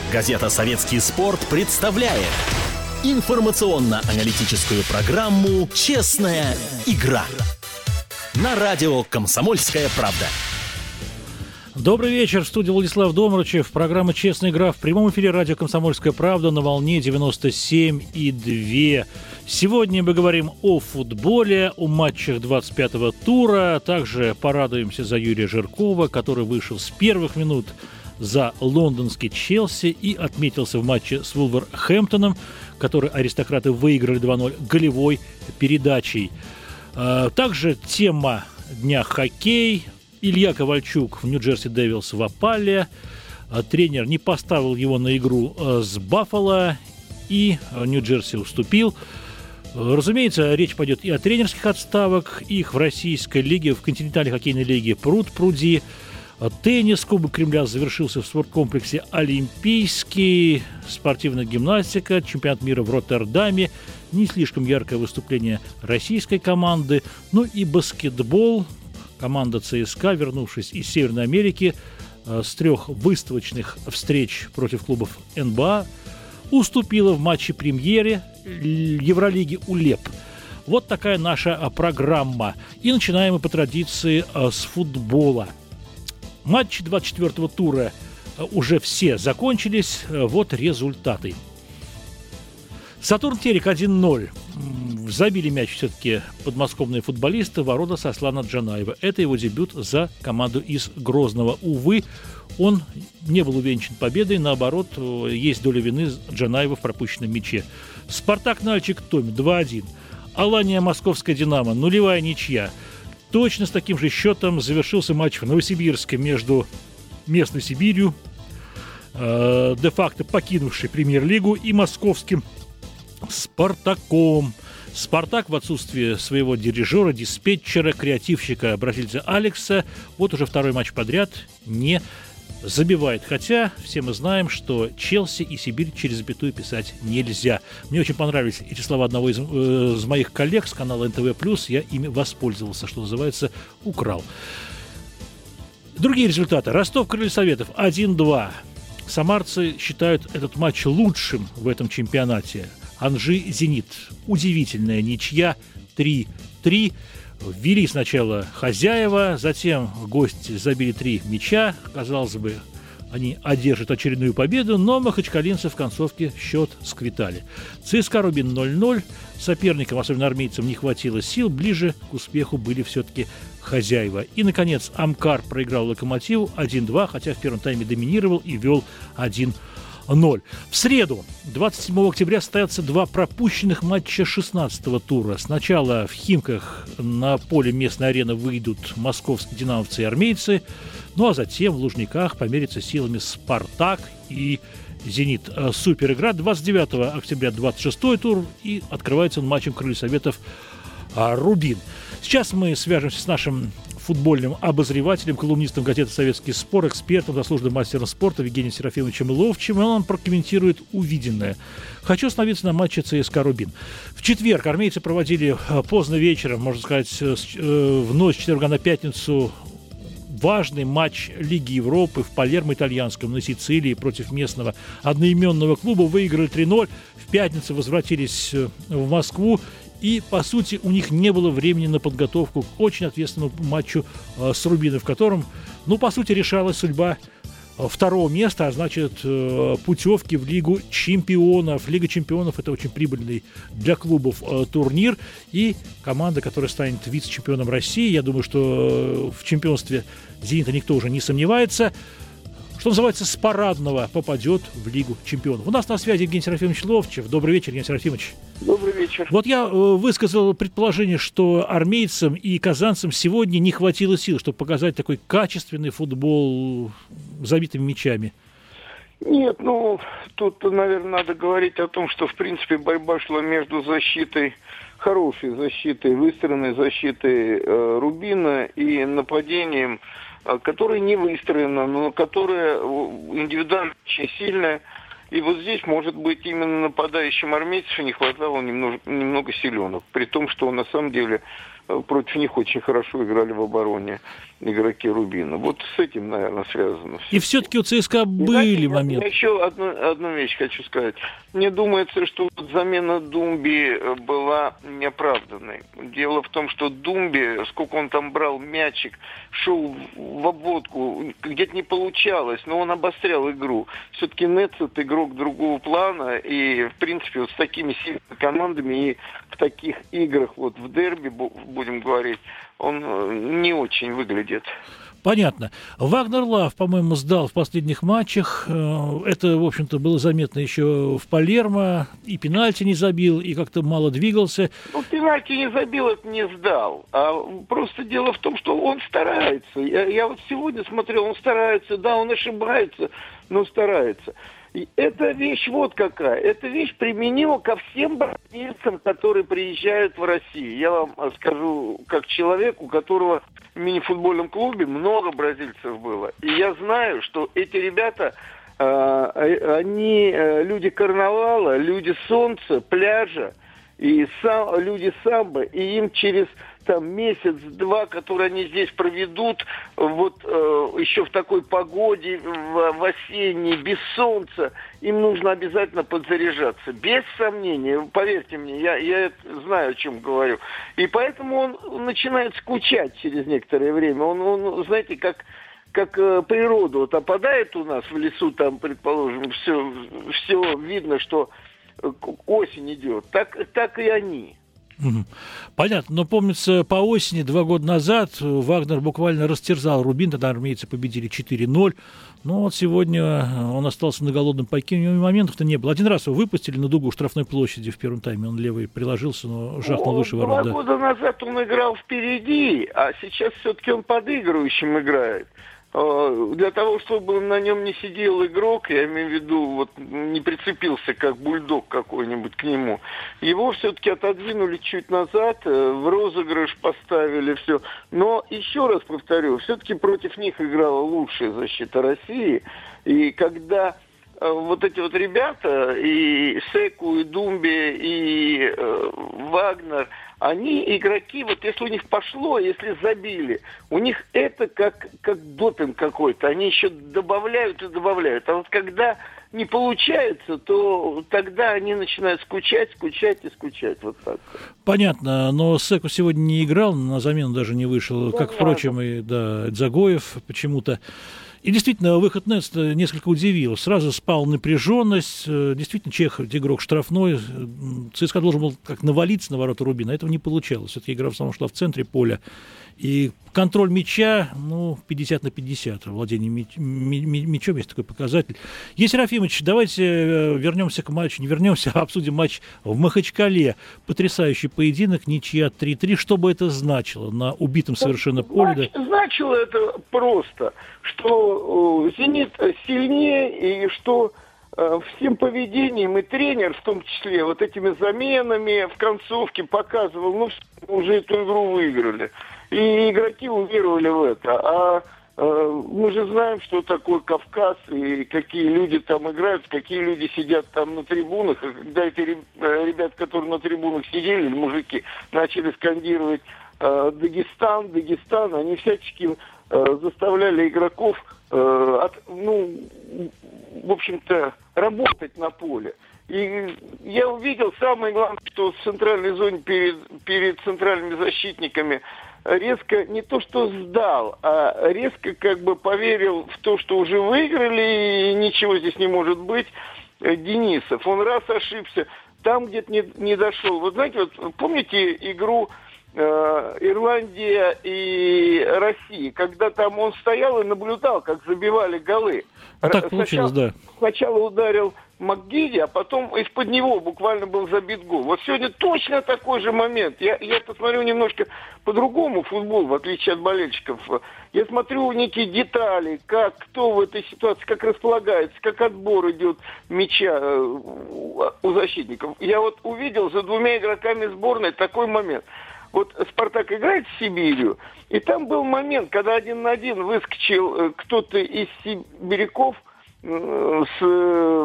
Газета «Советский спорт» представляет информационно-аналитическую программу «Честная игра» на радио «Комсомольская правда». Добрый вечер. В студии Владислав Домрачев. Программа «Честная игра» в прямом эфире радио «Комсомольская правда» на волне 97,2. Сегодня мы говорим о футболе, о матчах 25-го тура. Также порадуемся за Юрия Жиркова, который вышел с первых минут за лондонский Челси и отметился в матче с Вулверхэмптоном, который аристократы выиграли 2-0 голевой передачей. Также тема дня — хоккей. Илья Ковальчук в Нью-Джерси Девилс в опале. Тренер не поставил его на игру с Баффало, и Нью-Джерси уступил. Разумеется, речь пойдет и о тренерских отставках. Их в российской лиге, в континентальной хоккейной лиге пруд-пруди. Теннис, Кубок Кремля завершился в спорткомплексе «Олимпийский». Спортивная гимнастика, чемпионат мира в Роттердаме. Не слишком яркое выступление российской команды. Ну и баскетбол. Команда ЦСКА, вернувшись из Северной Америки с 3 выставочных встреч против клубов НБА, уступила в матче премьере Евролиги УЛЕП. Вот такая наша программа. И начинаем мы по традиции с футбола. Матчи 24-го тура уже все закончились. Вот результаты. «Сатурн-Терек» 1-0. Забили мяч все-таки подмосковные футболисты, ворота Сослана Джанаева. Это его дебют за команду из Грозного. Увы, он не был увенчан победой. Наоборот, есть доля вины Джанаева в пропущенном мяче. «Спартак-Нальчик» Томи 2-1. «Алания» Московская «Динамо» 0-я ничья. Точно с таким же счетом завершился матч в Новосибирске между местной Сибирью, де-факто покинувшей премьер-лигу, и московским «Спартаком». «Спартак» в отсутствие своего дирижера, диспетчера, креативщика бразильца Алекса вот уже второй матч подряд не забивает. Хотя все мы знаем, что Челси и Сибирь через запятую писать нельзя. Мне очень понравились эти слова одного из моих коллег с канала НТВ+. Я ими воспользовался, что называется, украл. Другие результаты. Ростов, Крылья Советов 1-2. Самарцы считают этот матч лучшим в этом чемпионате. Анжи, Зенит. Удивительная ничья 3-3. Ввели сначала хозяева, затем гости забили 3 мяча. Казалось бы, они одержат очередную победу, но махачкалинцы в концовке счет сквитали. ЦСКА Рубин 0-0. Соперникам, особенно армейцам, не хватило сил. Ближе к успеху были все-таки хозяева. И, наконец, Амкар проиграл Локомотиву 1-2, хотя в первом тайме доминировал и вел 1-0. В среду, 27 октября, состоятся 2 пропущенных матча 16-го тура. Сначала в Химках на поле местной арены выйдут московские динамовцы и армейцы, ну а затем в Лужниках померятся силами «Спартак» и «Зенит». Суперигра 29 октября, 26-й тур, и открывается он матчем Крылья Советов «Рубин». Сейчас мы свяжемся с нашим футбольным обозревателем, колумнистом газеты «Советский спорт», экспертом, заслуженным мастером спорта Евгением Серафимовичем Ловчим, и он прокомментирует увиденное. Хочу остановиться на матче ЦСКА «Рубин». В четверг армейцы проводили поздно вечером, можно сказать, в ночь четверга на пятницу, важный матч Лиги Европы в Палермо итальянском на Сицилии против местного одноименного клуба. Выиграли 3-0. В пятницу возвратились в Москву. И, по сути, у них не было времени на подготовку к очень ответственному матчу с Рубином, в котором, по сути, решалась судьба второго места, а значит, путевки в Лигу чемпионов. Лига чемпионов – это очень прибыльный для клубов турнир. И команда, которая станет вице-чемпионом России, я думаю, что в чемпионстве «Зенита» никто уже не сомневается, что называется, с парадного попадет в Лигу чемпионов. У нас на связи Евгений Серафимович Ловчев. Добрый вечер, Евгений Серафимович. Добрый вечер. Вот я высказал предположение, что армейцам и казанцам сегодня не хватило сил, чтобы показать такой качественный футбол с забитыми мячами. Нет, тут, наверное, надо говорить о том, что, в принципе, борьба шла между защитой, хорошей защитой, выстроенной защитой Рубина и нападением, которое не выстроено, но которое индивидуально очень сильное. И вот здесь, может быть, именно нападающим армейцев не хватало немного силенок. При том, что на самом деле против них очень хорошо играли в обороне игроки Рубина. Вот с этим, наверное, связано все. И все-таки у ЦСКА были моменты. Я еще одну вещь хочу сказать. Мне думается, что вот замена Думби была неоправданной. Дело в том, что Думби, сколько он там брал мячик, шел в обводку, где-то не получалось, но он обострял игру. Все-таки Нецет игрок другого плана, и, в принципе, вот с такими сильными командами и в таких играх, вот в дерби, будем говорить, он не очень выглядит. Понятно. Вагнер Лав, по-моему, сдал в последних матчах. Это, в общем-то, было заметно еще в Палермо. И пенальти не забил, и как-то мало двигался. Ну, пенальти не забил, это не сдал. А просто дело в том, что он старается. Я вот сегодня смотрел, он старается. Да, он ошибается, но старается. И эта вещь вот какая. Эта вещь применима ко всем бразильцам, которые приезжают в Россию. Я вам скажу, как человек, у которого в мини-футбольном клубе много бразильцев было. И я знаю, что эти ребята, они люди карнавала, люди солнца, пляжа, и люди самбо, и им через месяц-два, который они здесь проведут, вот еще в такой погоде, в осенней, без солнца, им нужно обязательно подзаряжаться. Без сомнения, поверьте мне, я знаю, о чем говорю. И поэтому он начинает скучать через некоторое время. Он знаете, как природа вот опадает у нас в лесу, там, предположим, все видно, что осень идет, так и они. Понятно, но помнится, по осени 2 года назад Вагнер буквально растерзал Рубин, тогда армейцы победили 4-0, но вот сегодня он остался на голодном пайке, у него моментов-то не было. Один раз его выпустили на дугу штрафной площади в первом тайме, он левый приложился, но жахнул выше ворот. 2 года назад он играл впереди, а сейчас все-таки он подыгрывающим играет. Для того, чтобы на нем не сидел игрок, я имею в виду, вот не прицепился как бульдог какой-нибудь к нему, его все-таки отодвинули чуть назад, в розыгрыш поставили, все. Но еще раз повторю, все-таки против них играла лучшая защита России, и когда вот эти вот ребята, и Секу, и Думби, и Вагнер, они игроки, вот если у них пошло, если забили, у них это как допинг какой-то, они еще добавляют и добавляют. А вот когда не получается, то тогда они начинают скучать. Вот так. Понятно, но Секу сегодня не играл, на замену даже не вышел, как, впрочем, и Дзагоев почему-то. И действительно, выход Нецета несколько удивил. Сразу спала напряженность. Действительно, Чех, игрок штрафной. ЦСКА должен был как навалиться на ворота Рубина. Этого не получалось. Все-таки игра в основном шла в центре поля. И контроль мяча, 50 на 50. Владение мячом есть такой показатель. Серафимович, давайте вернемся к матчу. Не вернемся, а обсудим матч в Махачкале. Потрясающий поединок, ничья 3-3. Что бы это значило на убитом совершенно поле? Значило это просто, что «Зенит» сильнее, и что всем поведением, и тренер в том числе, вот этими заменами в концовке показывал, уже эту игру выиграли. И игроки уверовали в это. А мы же знаем, что такое Кавказ, и какие люди там играют, какие люди сидят там на трибунах. И когда эти ребята, которые на трибунах сидели, мужики, начали скандировать Дагестан, они всячески заставляли игроков, в общем-то, работать на поле. И я увидел, самое главное, что в центральной зоне перед центральными защитниками резко не то что сдал, а резко поверил в то, что уже выиграли и ничего здесь не может быть. Денисов, он раз ошибся, там где-то не дошел. Вот знаете, помните игру Ирландия и Россия, когда там он стоял и наблюдал, как забивали голы. Так получилось, да. Сначала ударил МакГиди, а потом из-под него буквально был забит гол. Вот сегодня точно такой же момент. Я посмотрю немножко по-другому футбол, в отличие от болельщиков. Я смотрю некие детали, кто в этой ситуации, как располагается, как отбор идет мяча у защитников. Я вот увидел за 2 игроками сборной такой момент. Вот «Спартак» играет с Сибирью, и там был момент, когда 1 на 1 выскочил кто-то из сибиряков с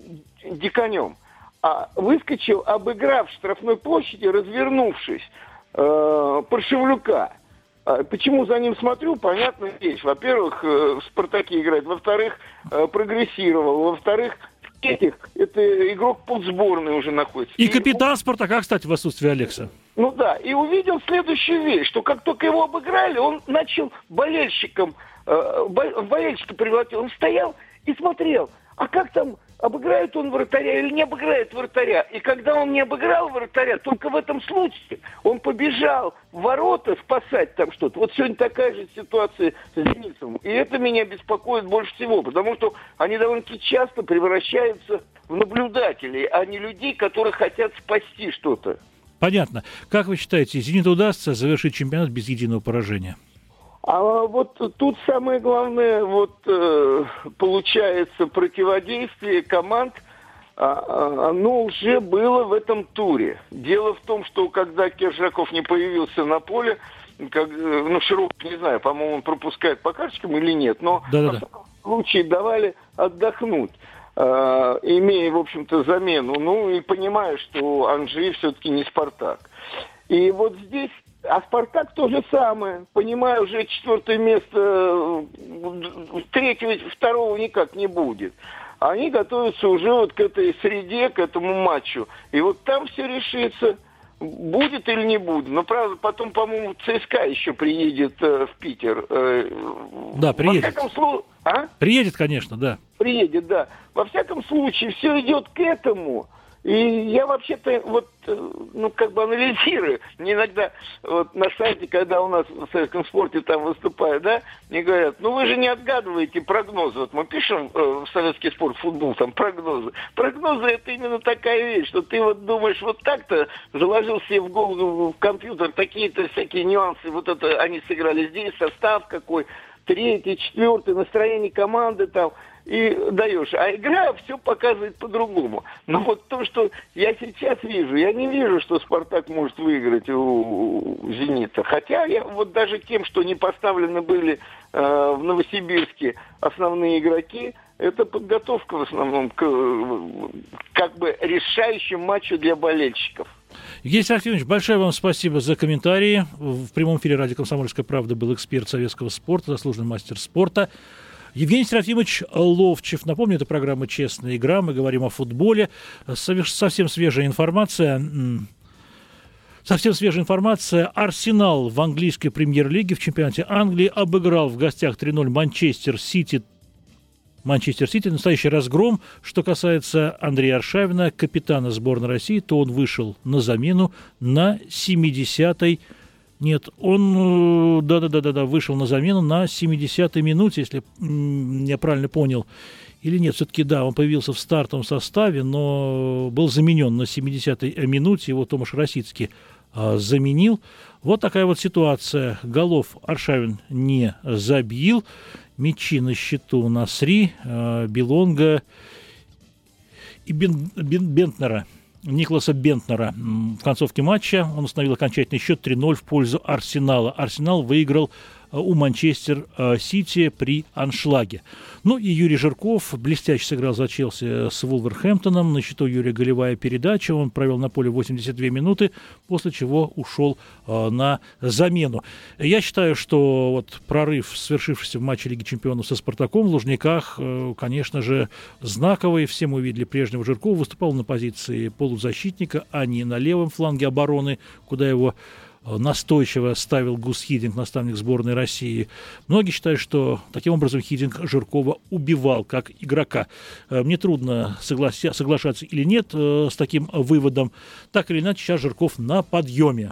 Диканем. А выскочил, обыграв в штрафной площади, развернувшись. Паршевлюка. Почему за ним смотрю? Понятная вещь. Во-первых, в «Спартаке» играет. Во-вторых, прогрессировал. Во-вторых, это игрок полсборной уже находится. И капитан «Спартака», кстати, в отсутствии Алекса. Ну да, и увидел следующую вещь, что как только его обыграли, он начал болельщика превратил. Он стоял и смотрел, а как там, обыграет он вратаря или не обыграет вратаря. И когда он не обыграл вратаря, только в этом случае он побежал в ворота спасать там что-то. Вот сегодня такая же ситуация с «Зенитом». И это меня беспокоит больше всего, потому что они довольно-таки часто превращаются в наблюдателей, а не людей, которые хотят спасти что-то. Понятно. Как вы считаете, «Зениту» удастся завершить чемпионат без единого поражения? А вот тут самое главное, получается, противодействие команд, оно уже было в этом туре. Дело в том, что когда Кержаков не появился на поле, Широков, не знаю, по-моему, он пропускает по карточкам или нет, но в таком случае давали отдохнуть, имея, в общем-то, замену. И понимая, что Анжи все-таки не «Спартак». И вот здесь... А «Спартак» то же самое. Понимаю, уже 4-е место, 3-го, 2-го никак не будет. Они готовятся уже вот к этой среде, к этому матчу. И вот там все решится, будет или не будет. Но, правда, потом, по-моему, ЦСКА еще приедет в Питер. Да, приедет. Приедет, конечно, да. Приедет, да. Во всяком случае, все идет к этому. И я вообще-то анализирую. Мне иногда на сайте, когда у нас в Советском спорте там выступают, да, мне говорят, вы же не отгадываете прогнозы. Мы пишем в Советский спорт, футбол, там прогнозы. Прогнозы — это именно такая вещь, что ты думаешь так-то, заложил себе в голову, в компьютер такие-то всякие нюансы, это они сыграли здесь, состав какой, 3-й, 4-й, настроение команды там, и даешь. А игра все показывает по-другому. Но вот то, что я сейчас вижу, я не вижу, что «Спартак» может выиграть у «Зенита». Хотя даже тем, что не поставлены были в Новосибирске основные игроки, это подготовка в основном к решающему матчу для болельщиков. Евгений Серафимович, большое вам спасибо за комментарии. В прямом эфире радио «Комсомольская правда» был эксперт советского спорта, заслуженный мастер спорта Евгений Серафимович Ловчев. Напомню, это программа «Честная игра». Мы говорим о футболе. Совсем свежая информация. Арсенал в английской премьер-лиге в чемпионате Англии обыграл в гостях 3-0 Манчестер Сити. Настоящий разгром. Что касается Андрея Аршавина, капитана сборной России, то он вышел на замену на 70-й. Нет, он, вышел на замену на 70-й минуте, если я правильно понял. Или нет, все-таки, да, он появился в стартовом составе, но был заменен на 70-й минуте, его Томаш Росицкий заменил. Вот такая вот ситуация. Голов Аршавин не забил. Мячи на счету у нас 3, Белонга и Бентнера. Никласа Бентнера в концовке матча. Он установил окончательный счет 3-0 в пользу Арсенала. Арсенал выиграл у Манчестер Сити при аншлаге. И Юрий Жирков блестяще сыграл за Челси с Вулверхэмптоном. На счету Юрия голевая передача. Он провел на поле 82 минуты, после чего ушел на замену. Я считаю, что прорыв, свершившийся в матче Лиги чемпионов со «Спартаком» в Лужниках, конечно же, знаковый. Все мы увидели прежнего Жиркова. Выступал на позиции полузащитника, а не на левом фланге обороны, куда его настойчиво ставил Гус Хидинг, наставник сборной России. Многие считают, что таким образом Хидинг Жиркова убивал как игрока. Мне трудно соглашаться или нет с таким выводом. Так или иначе, сейчас Жирков на подъеме.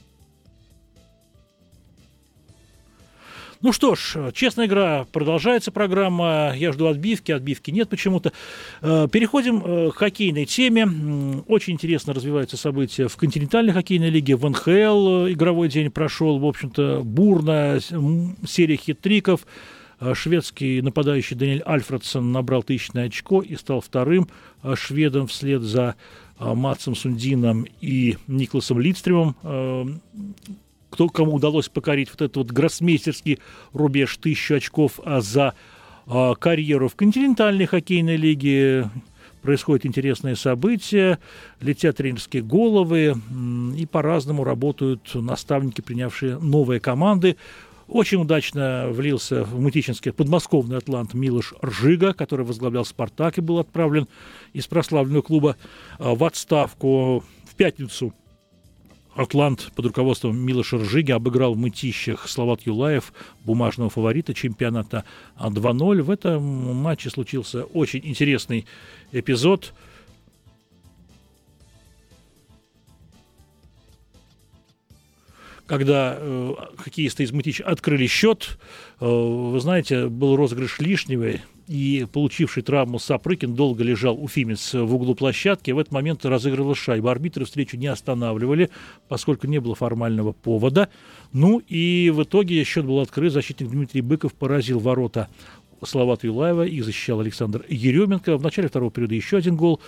Ну что ж, «Честная игра» продолжается, программа. Я жду отбивки нет почему-то. Переходим к хоккейной теме. Очень интересно развиваются события в континентальной хоккейной лиге, в НХЛ. Игровой день прошел, в общем-то, бурно. Серия хит-триков. Шведский нападающий Даниэль Альфредсон набрал 1000 очко и стал вторым шведом вслед за Матсом Сундином и Никласом Лидстремом. Кому удалось покорить этот гроссмейстерский рубеж 1000 очков за карьеру в континентальной хоккейной лиге. происходят интересные события, летят тренерские головы, и по-разному работают наставники, принявшие новые команды. Очень удачно влился в мытищинский подмосковный атлант Милош Ржига, который возглавлял «Спартак» и был отправлен из прославленного клуба в отставку. В пятницу атлант под руководством Милоша Ржиги обыграл в Мытищах Словат Юлаев, бумажного фаворита чемпионата, 2-0. В этом матче случился очень интересный эпизод. Когда хоккеисты из Мытища открыли счет, вы знаете, был розыгрыш лишнего, и получивший травму Сапрыкин долго лежал уфимец в углу площадки. В этот момент разыгрывалась шайба. Арбитры встречу не останавливали, поскольку не было формального повода. Ну и в итоге счет был открыт. Защитник Дмитрий Быков поразил ворота Словата Юлаева. Их защищал Александр Еременко. В начале второго периода еще один гол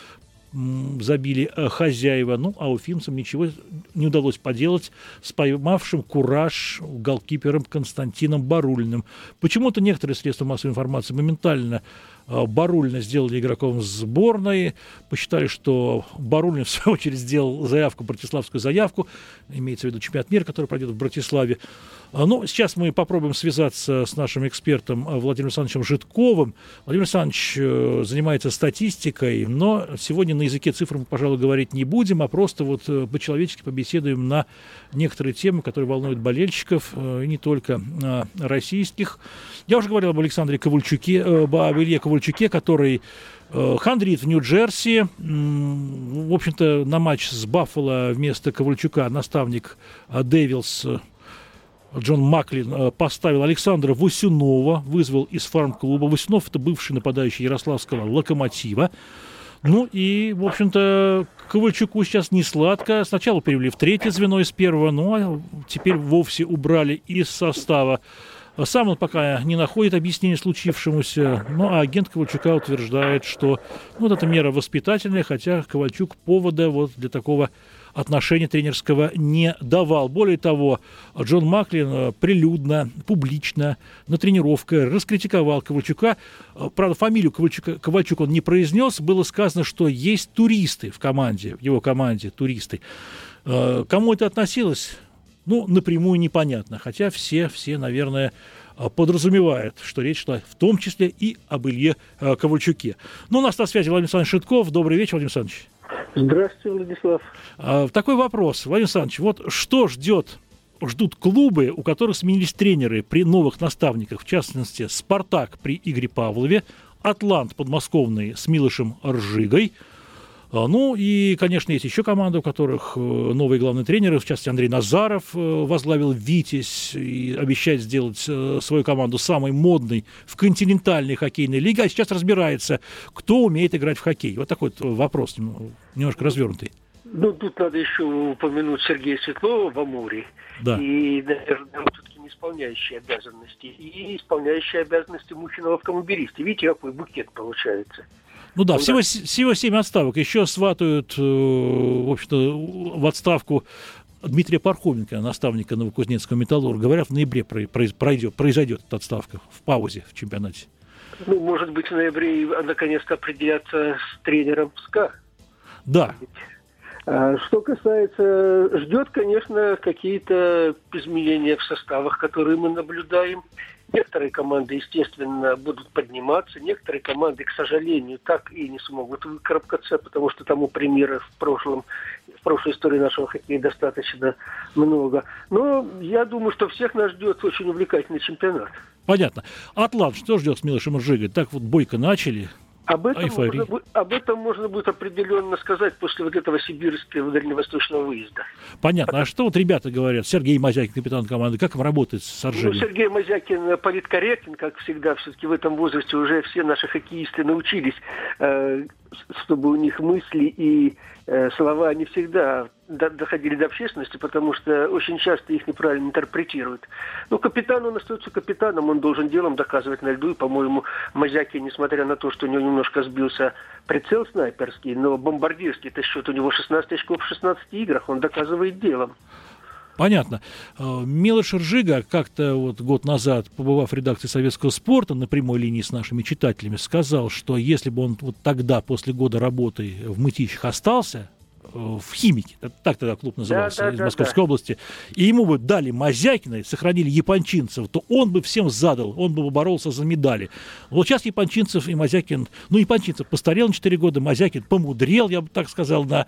забили хозяева. Ну, а уфимцам ничего не удалось поделать с поймавшим кураж голкипером Константином Барулиным. Почему-то некоторые средства массовой информации моментально Барулина сделали игроком сборной, посчитали, что Барулин, в свою очередь, сделал заявку, братиславскую заявку, имеется в виду чемпионат мира, который пройдет в Братиславе. Ну, сейчас мы попробуем связаться с нашим экспертом Владимиром Александровичем Житковым. Владимир Александрович занимается статистикой, но сегодня на языке цифр мы, пожалуй, говорить не будем, а просто вот по-человечески побеседуем на некоторые темы, которые волнуют болельщиков, и не только российских. Я уже говорил об Александре Ковальчуке, об Илье Ковальчуке, который хандрит в Нью-Джерси. В общем-то, на матч с Баффало вместо Ковальчука наставник Дэвилс Джон Маклин поставил Александра Васюнова, вызвал из фарм-клуба. Васюнов – это бывший нападающий ярославского «Локомотива». Ну и, в общем-то, Ковальчуку сейчас не сладко. Сначала перевели в третье звено из первого, ну а теперь вовсе убрали из состава. Сам он пока не находит объяснения случившемуся, ну а агент Ковальчука утверждает, что вот эта мера воспитательная, хотя Ковальчук повода вот для такого отношения тренерского не давал. Более того, Джон Маклин прилюдно, публично на тренировках раскритиковал Ковальчука. Правда, фамилию Ковальчук он не произнес. Было сказано, что есть туристы в команде, в его команде туристы. Кому это относилось? Ну, напрямую непонятно. Хотя все, наверное, подразумевают, что речь шла в том числе и об Илье Ковальчуке. Ну, у нас на связи Владимир Александрович Шитков. Добрый вечер, Владимир Александрович. Здравствуйте, Владислав. Такой вопрос, Владимир Александрович, вот что ждут клубы, у которых сменились тренеры при новых наставниках, в частности, «Спартак» при Игоре Павлове, «Атлант» подмосковный с Милошем Ржигой. Ну и, конечно, есть еще команды, у которых новые главные тренеры, в частности, Андрей Назаров возглавил «Витязь» и обещает сделать свою команду самой модной в континентальной хоккейной лиге, а сейчас разбирается, кто умеет играть в хоккей. Вот такой вот вопрос, немножко развернутый. Ну, тут надо еще упомянуть Сергея Светлова в «Амуре». Да. И, наверное, все-таки не исполняющие обязанности. И исполняющие обязанности Мухина в «Автомобилисте». Видите, какой букет получается. Ну да, всего 7 отставок. Еще сватают, в общем-то, в отставку Дмитрия Пархоменко, наставника Новокузнецкого «Металлурга». Говорят, в ноябре произойдет эта отставка в паузе в чемпионате. Ну, может быть, в ноябре наконец-то определятся с тренером СКА. Да. Что касается, ждет, конечно, какие-то изменения в составах, которые мы наблюдаем. Некоторые команды, естественно, будут подниматься, некоторые команды, к сожалению, так и не смогут выкарабкаться, потому что тому примеров в прошлой истории нашего хоккея достаточно много. Но я думаю, что всех нас ждет очень увлекательный чемпионат. Понятно. «Атлант» что ждет с Милошем Ржигой? Так вот бойко начали. Об этом можно будет определенно сказать после вот этого сибирского дальневосточного выезда. Понятно. А что вот ребята говорят? Сергей Мазякин, капитан команды, как им работает с Ржигой? Ну, Сергей Мазякин политкорректен, как всегда. Все-таки в этом возрасте уже все наши хоккеисты научились, чтобы у них мысли и слова не всегда доходили до общественности, потому что очень часто их неправильно интерпретируют. Но капитан, он остается капитаном, он должен делом доказывать на льду. И, по-моему, Мазякин, несмотря на то, что у него немножко сбился прицел снайперский, но бомбардирский, это счет у него 16 очков в 16 играх, он доказывает делом. Понятно. Милош Ржига как-то вот год назад, побывав в редакции «Советского спорта» на прямой линии с нашими читателями, сказал, что если бы он вот тогда, после года работы в Мытищах, остался в «Химике», так тогда клуб назывался, из Московской области, и ему бы дали Мозякина, сохранили Япончинцев, то он бы всем задал, он бы боролся за медали. Вот сейчас Япончинцев и Мозякин, Япончинцев постарел на 4 года, Мозякин помудрел, я бы так сказал, на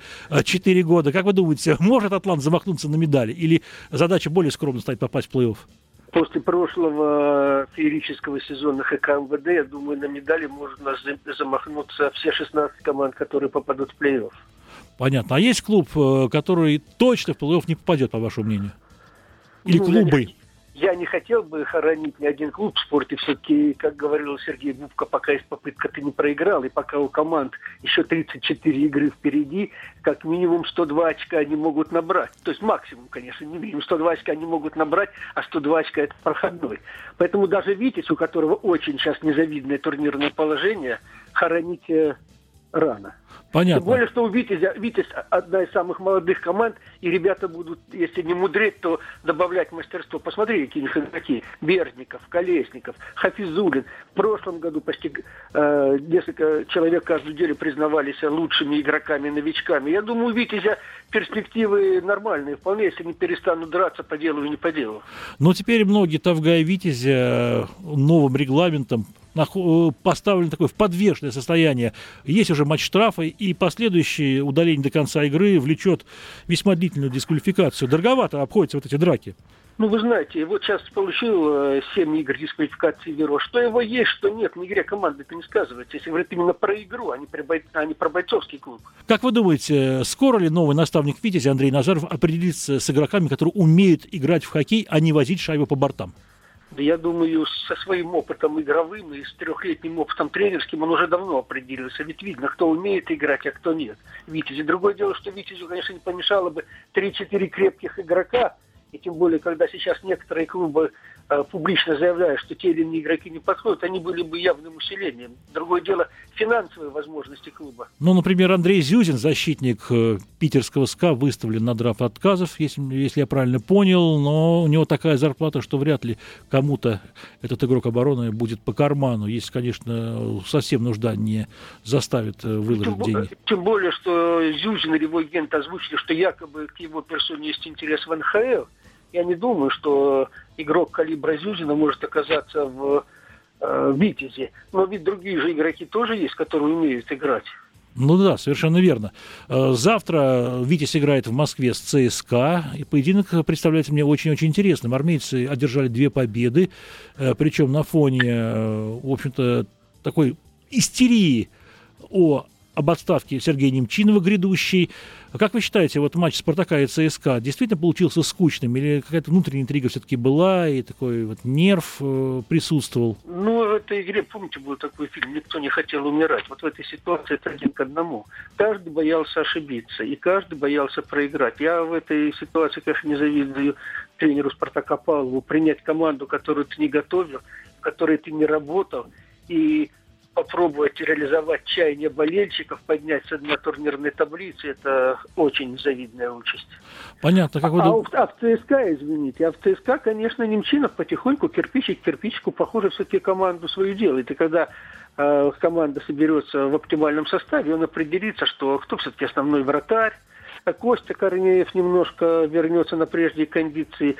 4 года. Как вы думаете, может «Атлант» замахнуться на медали? Или задача более скромно стоит попасть в плей-офф? После прошлого феерического сезона ХК МВД, я думаю, на медали может замахнуться все 16 команд, которые попадут в плей-офф. Понятно. А есть клуб, который точно в плей-офф не попадет, по вашему мнению? Или клубы? Я не хотел бы хоронить ни один клуб в спорте. Все-таки, как говорил Сергей Бубка, пока есть попытка, ты не проиграл. И пока у команд еще 34 игры впереди, как минимум 102 очка они могут набрать. То есть максимум, конечно, не минимум. 102 очка они могут набрать, а 102 очка это проходной. Поэтому даже «Витязь», у которого очень сейчас незавидное турнирное положение, хоронить рано. Понятно. Тем более, что у «Витязь» одна из самых молодых команд, и ребята будут, если не мудрить, то добавлять мастерство. Посмотри, какие у них игроки. Берзников, Колесников, Хафизулин. В прошлом году почти несколько человек каждую неделю признавались лучшими игроками-новичками. Я думаю, у «Витязя» перспективы нормальные. Вполне, если не перестанут драться по делу и не по делу. Но теперь многие «Тавгай» «Витязя» новым регламентом поставлен такое в подвешенное состояние. Есть уже матч штрафа, и последующее удаление до конца игры влечет весьма длительную дисквалификацию. Дороговато обходятся вот эти драки. Вы знаете, вот сейчас получил 7 игр дисквалификации Веро. Что его есть, что нет, на игре команды это не сказывается. Если говорить именно про игру, а не про бойцовский клуб. Как вы думаете, скоро ли новый наставник «Витязь» Андрей Назаров определится с игроками, которые умеют играть в хоккей, а не возить шайбу по бортам? Да я думаю, со своим опытом игровым и с 3-летним опытом тренерским он уже давно определился. Ведь видно, кто умеет играть, а кто нет. «Витязь». Другое дело, что «Витязю», конечно, не помешало бы 3-4 крепких игрока. И тем более, когда сейчас некоторые клубы публично заявляют, что те или иные игроки не подходят, они были бы явным усилением. Другое дело, финансовые возможности клуба. Например, Андрей Зюзин, защитник питерского СКА, выставлен на драфт отказов, если я правильно понял, но у него такая зарплата, что вряд ли кому-то этот игрок обороны будет по карману, если, конечно, совсем нужда не заставит выложить деньги. Тем более, что Зюзин и его агент озвучили, что якобы к его персоне есть интерес в НХЛ. Я не думаю, что игрок калибра Зюзина может оказаться в «Витязе». Но ведь другие же игроки тоже есть, которые умеют играть. Да, совершенно верно. Завтра «Витязь» играет в Москве с ЦСКА, и поединок представляется мне очень-очень интересным. Армейцы одержали 2 победы, причем на фоне, в общем-то, такой истерии об отставке Сергея Немчинова грядущей. Как вы считаете, вот матч «Спартака» и ЦСКА действительно получился скучным? Или какая-то внутренняя интрига все-таки была, и такой вот нерв присутствовал? В этой игре, помните, был такой фильм «Никто не хотел умирать». Вот в этой ситуации это 1 к 1. Каждый боялся ошибиться, и каждый боялся проиграть. Я в этой ситуации, конечно, не завидую тренеру «Спартака» Павлову принять команду, которую ты не готовил, в которой ты не работал, и попробовать реализовать чаяние болельщиков, поднять со дна турнирной таблицы, это очень завидная участь. Понятно. Как вы в ЦСКА, извините, в ЦСКА, конечно, Немчинов потихоньку, кирпичик к кирпичику, похоже, все-таки команду свою делает. И когда команда соберется в оптимальном составе, он определится, что кто все-таки основной вратарь. Костя Корнеев немножко вернется на прежние кондиции,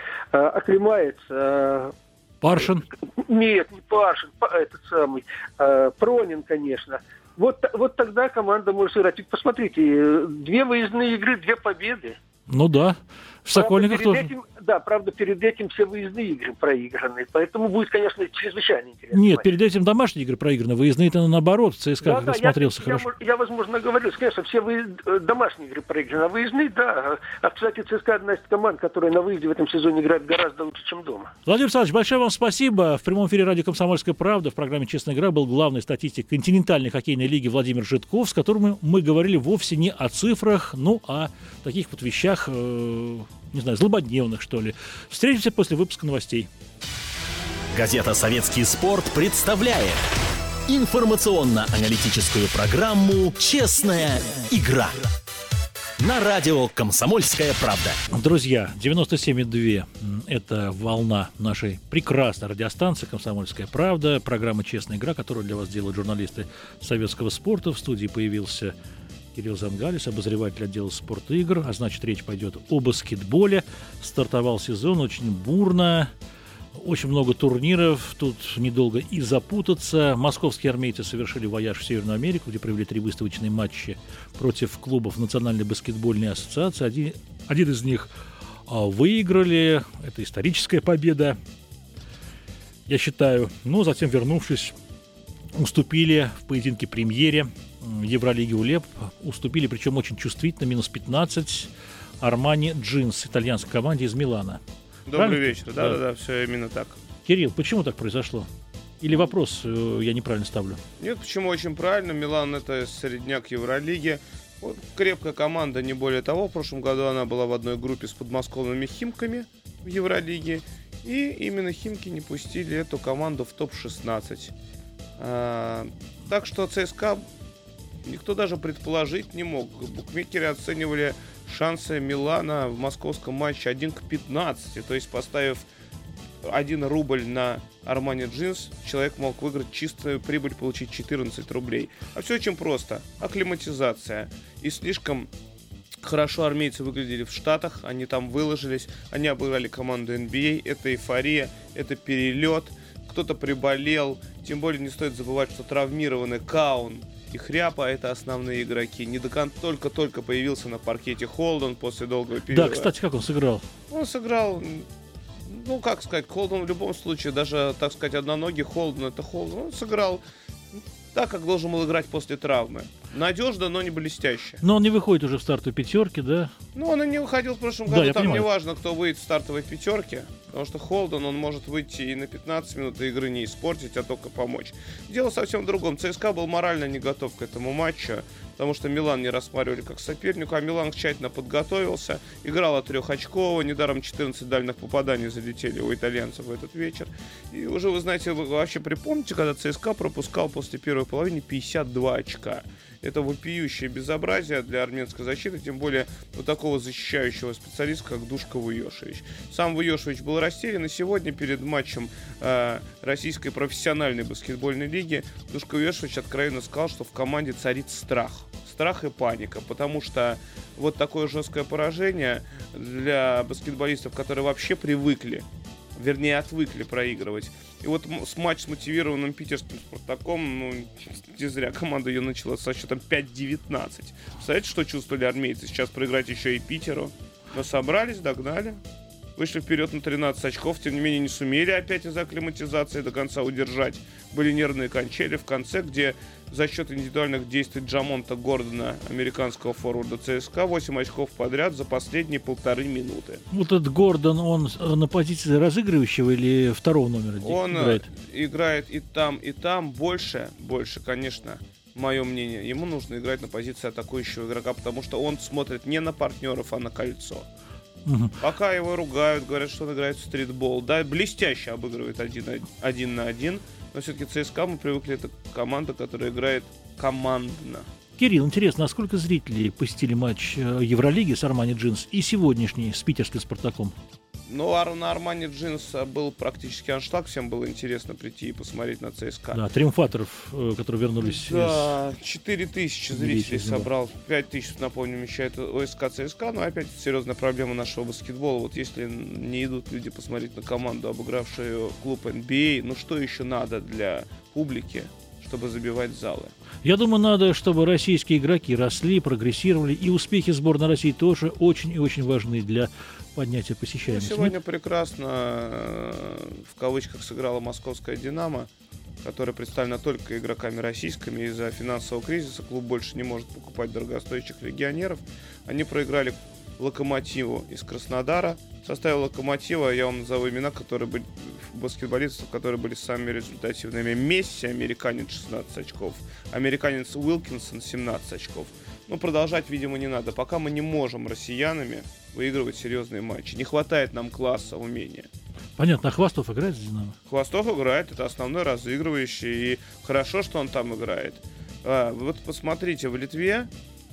оклемается. Паршин? Нет, не Паршин, этот самый, Пронин, конечно. Вот тогда команда может сыграть. Ведь посмотрите, 2 выездные игры, 2 победы. Да. В Сокольниках тоже. Правда, перед этим все выездные игры проиграны. Поэтому будет, конечно, чрезвычайно интересно. Нет, перед этим домашние игры проиграны. Выездные-то наоборот. ЦСКА смотрелся хорошо. Я, возможно, говорил, конечно, все домашние игры проиграны. А выездные, да. Кстати, ЦСКА одна из команд, которая на выезде в этом сезоне играет гораздо лучше, чем дома. Владимир Александрович, большое вам спасибо. В прямом эфире радио «Комсомольская правда» в программе «Честная игра» был главный статистик континентальной хоккейной лиги Владимир Житков, с которым мы говорили вовсе не о цифрах, о таких вот вещах, не знаю, злободневных, что ли. Встретимся после выпуска новостей. Газета «Советский спорт» представляет информационно-аналитическую программу «Честная игра». на радио «Комсомольская правда». Друзья, 97,2 – это волна нашей прекрасной радиостанции «Комсомольская правда». Программа «Честная игра», которую для вас делают журналисты советского спорта. В студии появился Кирилл Зангалис, обозреватель отдела спорт-игр. А значит, речь пойдет о баскетболе. Стартовал сезон очень бурно. Очень много турниров, тут недолго и запутаться. Московские армейцы совершили вояж в Северную Америку, где провели 3 выставочные матча против клубов Национальной баскетбольной ассоциации. Один из них выиграли. Это историческая победа, я считаю. Но затем, вернувшись, уступили в поединке премьере Евролиги УЛЕП. Уступили, причем очень чувствительно, минус 15 Армани Джинс, итальянской команде из Милана. Добрый вечер. Да, все именно так. Кирилл, почему так произошло? Или вопрос я неправильно ставлю? Нет, почему очень правильно. Милан — это средняк Евролиги. Вот, крепкая команда, не более того. В прошлом году она была в одной группе с подмосковными Химками в Евролиге. И именно Химки не пустили эту команду в топ-16. Так что ЦСКА никто даже предположить не мог. Букмекеры оценивали шансы Милана в московском матче 1 к 15. То есть, поставив 1 рубль на Армани Джинс, человек мог выиграть чистую прибыль, получить 14 рублей. А все очень просто. Акклиматизация. И слишком хорошо армейцы выглядели в Штатах. Они там выложились. Они обыграли команду NBA. Это эйфория. Это перелет. Кто-то приболел. Тем более не стоит забывать, что травмированный Каун и Хряпа — это основные игроки. Только-только появился на паркете Холден после долгого периода. Да, кстати, как он сыграл? Он сыграл, как сказать, Холден в любом случае, даже, так сказать, одноногий Холден — это Холден. Он сыграл так, как должен был играть после травмы. Надежно, но не блестяще. Но он не выходит уже в стартовой пятерке, да? Он и не выходил в прошлом году. Да, там не важно, кто выйдет в стартовой пятерке. Потому что Холден, он может выйти и на 15 минут игры не испортить, а только помочь. Дело совсем в другом. ЦСКА был морально не готов к этому матчу, потому что Милан не рассматривали как соперника, а Милан тщательно подготовился, играл от 3-очкового, недаром 14 дальних попаданий залетели у итальянцев в этот вечер. И уже, вы знаете, вы вообще припомните, когда ЦСКА пропускал после первой половины 52 очка. Это вопиющее безобразие для армянской защиты, тем более у такого защищающего специалиста, как Душко Вуешевич. Сам Вуешевич был растерян, и сегодня перед матчем Российской профессиональной баскетбольной лиги Душко Вуешевич откровенно сказал, что в команде царит страх. Страх и паника, потому что вот такое жесткое поражение для баскетболистов, которые вообще отвыкли проигрывать. И вот матч с мотивированным питерским «Спартаком», не зря команда ее начала со счетом 5-19. Представляете, что чувствовали армейцы? Сейчас проиграть еще и Питеру. Но собрались, догнали. Вышли вперед на 13 очков, тем не менее не сумели опять из-за акклиматизации до конца удержать. Были нервные качели в конце, где за счет индивидуальных действий Джамонта Гордона, американского форварда ЦСКА, 8 очков подряд за последние 1,5 минуты. Вот этот Гордон, он на позиции разыгрывающего или второго номера он играет? Играет и там. Больше, конечно, мое мнение, ему нужно играть на позиции атакующего игрока, потому что он смотрит не на партнеров, а на кольцо. Угу. Пока его ругают, говорят, что он играет в стритбол. Да, блестяще обыгрывает 1 на 1. Но все-таки ЦСКА, мы привыкли, это команда, которая играет командно. Кирилл, интересно, а сколько зрителей посетили матч Евролиги с Армани Джинс и сегодняшний с питерским «Спартаком»? На Армани Джинс был практически аншлаг. Всем было интересно прийти и посмотреть на ЦСКА. Да, триумфаторов, которые вернулись. Да, 4000 зрителей собрал. 5000, напомню, вмещает ОСК ЦСКА. Но опять серьезная проблема нашего баскетбола. Вот если не идут люди посмотреть на команду, обыгравшую клуб NBA, что еще надо для публики, чтобы забивать залы? Я думаю, надо, чтобы российские игроки росли, прогрессировали, и успехи сборной России тоже очень и очень важны для поднятия посещаемости. Сегодня прекрасно, в кавычках, сыграла московская «Динамо», которая представлена только игроками российскими. Из-за финансового кризиса клуб больше не может покупать дорогостоящих легионеров. Они проиграли «Локомотиву» из Краснодара. В составе «Локомотива» я вам назову имена, которые были баскетболистов, которые были самыми результативными. Месси, американец, 16 очков. Американец Уилкинсон, 17 очков. Продолжать, видимо, не надо. Пока мы не можем россиянами выигрывать серьезные матчи. Не хватает нам класса, умения. Понятно. А Хвостов играет за «Динамо»? Хвостов играет. Это основной разыгрывающий. И хорошо, что он там играет. Вот посмотрите, в Литве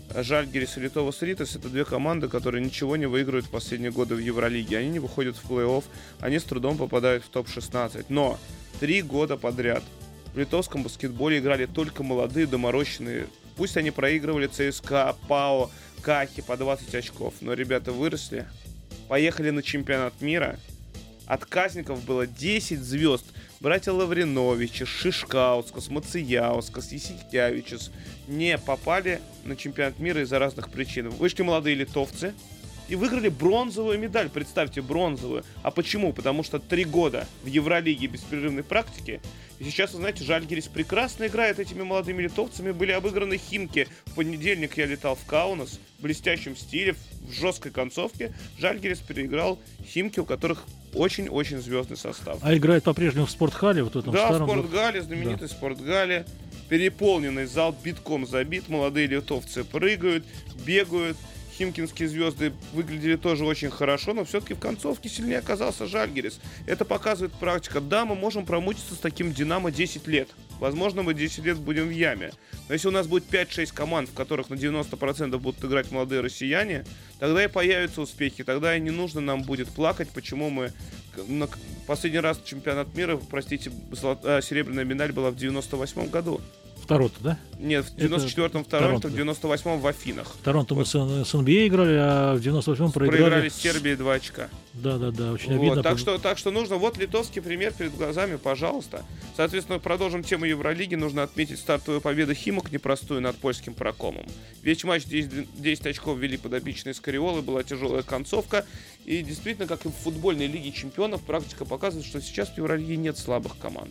Žalgiris и Lietuvos Rytas — это две команды, которые ничего не выигрывают в последние годы в Евролиге. Они не выходят в плей-офф, они с трудом попадают в топ-16. Но 3 года подряд в литовском баскетболе играли только молодые, доморощенные. Пусть они проигрывали ЦСКА, ПАО, Кахи по 20 очков, но ребята выросли, поехали на чемпионат мира. Отказников было 10 звезд. Братья Лавриновичи, Шишкаускас, Мацияускас, Есикявичус не попали на чемпионат мира из-за разных причин. Вышли молодые литовцы и выиграли бронзовую медаль. Представьте, бронзовую. А почему? Потому что 3 года в Евролиге беспрерывной практики. И сейчас, вы знаете, Žalgiris прекрасно играет этими молодыми литовцами. Были обыграны Химки. В понедельник я летал в Каунас в блестящем стиле, в жесткой концовке. Žalgiris переиграл Химки, у которых очень-очень звездный состав. А играет по-прежнему в спортхале? Вот в этом да, старом... в спортгале, знаменитый спортгале. Переполненный зал, битком забит. Молодые литовцы прыгают, бегают. Химкинские звезды выглядели тоже очень хорошо, но все-таки в концовке сильнее оказался Žalgiris. Это показывает практика. Да, мы можем промучиться с таким Динамо 10 лет. Возможно, мы 10 лет будем в яме. Но если у нас будет 5-6 команд, в которых на 90% будут играть молодые россияне, тогда и появятся успехи. Тогда и не нужно нам будет плакать, почему мы... Последний раз чемпионат мира, простите, серебряная медаль была в 98 году. В Торонто, да? Нет, в 94-м в Торонто, в 98-м в Афинах. В Торонто мы с NBA играли, а в 98-м проиграли с Сербией 2 очка. Да, очень вот, обидно. Так что нужно, вот литовский пример перед глазами, пожалуйста. Соответственно, продолжим тему Евролиги. Нужно отметить стартовую победу Химок, непростую, над польским Прокомом. Весь матч 10 очков вели подопечные Скориолы, была тяжелая концовка. И действительно, как и в футбольной лиге чемпионов, практика показывает, что сейчас в Евролиге нет слабых команд.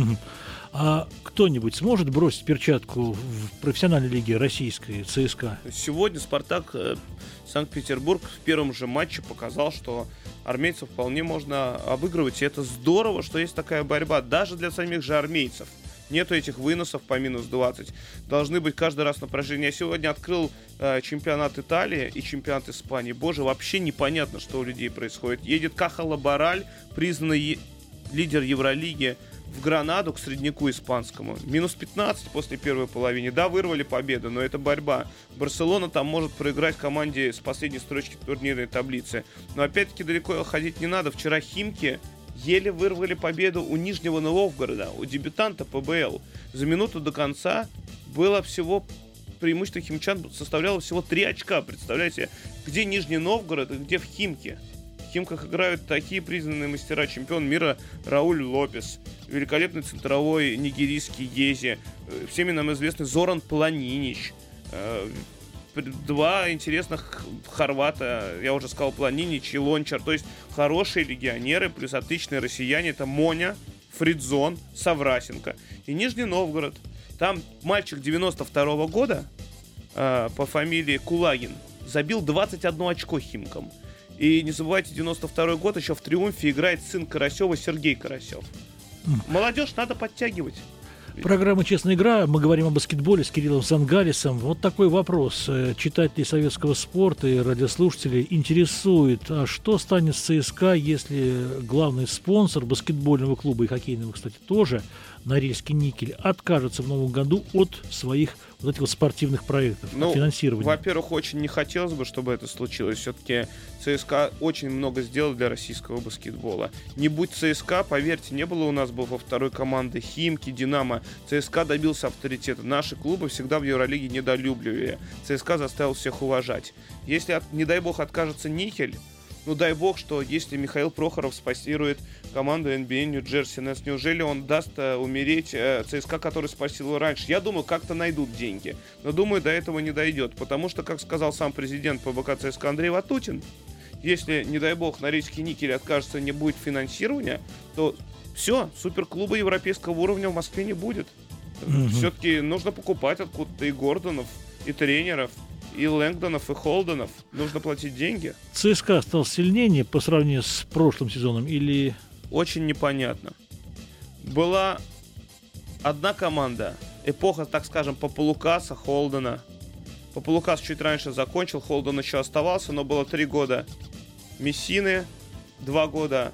А кто-нибудь сможет бросить перчатку в профессиональной лиге российской, ЦСКА? Сегодня «Спартак» Санкт-Петербург в первом же матче показал, что армейцев вполне можно обыгрывать. И это здорово, что есть такая борьба даже для самих же армейцев. Нету этих выносов по минус 20. Должны быть каждый раз напряжение. Я сегодня открыл чемпионат Италии и чемпионат Испании. Боже, вообще непонятно, что у людей происходит. Едет Каха Лабораль, признанный лидер Евролиги, в Гранаду к средняку испанскому. Минус 15 после первой половины. Да, вырвали победу, но это борьба. Барселона там может проиграть команде с последней строчки турнирной таблицы. Но опять-таки далеко ходить не надо. Вчера Химки еле вырвали победу у Нижнего Новгорода, у дебютанта ПБЛ. За минуту до конца было всего... Преимущество химчан составляло всего 3 очка. Представляете, где Нижний Новгород и где в Химки? В Химках играют такие признанные мастера. Чемпион мира Рауль Лопес, великолепный центровой нигерийский Ези, всеми нам известный Зоран Планинич, 2 интересных хорвата, я уже сказал, Планинич и Лончар. То есть хорошие легионеры, плюс отличные россияне. Это Моня, Фридзон, Саврасенко и Нижний Новгород. Там мальчик 92-го года по фамилии Кулагин забил 21 очко Химкам. И не забывайте, 92-й год еще в «Триумфе» играет сын Карасева Сергей Карасев. Молодежь надо подтягивать. Программа «Честная игра». Мы говорим о баскетболе с Кириллом Сангалисом. Вот такой вопрос. Читателей советского спорта и радиослушателей интересует, а что станет с ЦСКА, если главный спонсор баскетбольного клуба и хоккейного, кстати, тоже, Норильский никель, откажется в новом году от своих вот этих вот спортивных проектов, от финансирования? Во-первых, очень не хотелось бы, чтобы это случилось. Все-таки ЦСКА очень много сделал для российского баскетбола. Не будь ЦСКА, поверьте, не было у нас бы во второй команды Химки, Динамо. ЦСКА добился авторитета. Наши клубы всегда в Евролиге недолюбливали. ЦСКА заставил всех уважать. Если, не дай бог, откажется никель, ну дай бог, что если Михаил Прохоров спонсирует команду NBA Нью-Джерси Нетс, неужели он даст умереть ЦСКА, который спасил его раньше? Я думаю, как-то найдут деньги. Но думаю, до этого не дойдет. Потому что, как сказал сам президент ПБК ЦСКА Андрей Ватутин, если, не дай бог, Норильский никель откажется, не будет финансирования, то все, суперклуба европейского уровня в Москве не будет. Все-таки нужно покупать откуда-то и Гордонов, и тренеров, и Лэнгдонов, и Холденов. Нужно платить деньги. ЦСКА стал сильнее по сравнению с прошлым сезоном или... Очень непонятно. Была одна команда, эпоха, так скажем, Папалукаса, Холдена. Папалукас чуть раньше закончил, Холден еще оставался, но было 3 года Мессины, 2 года,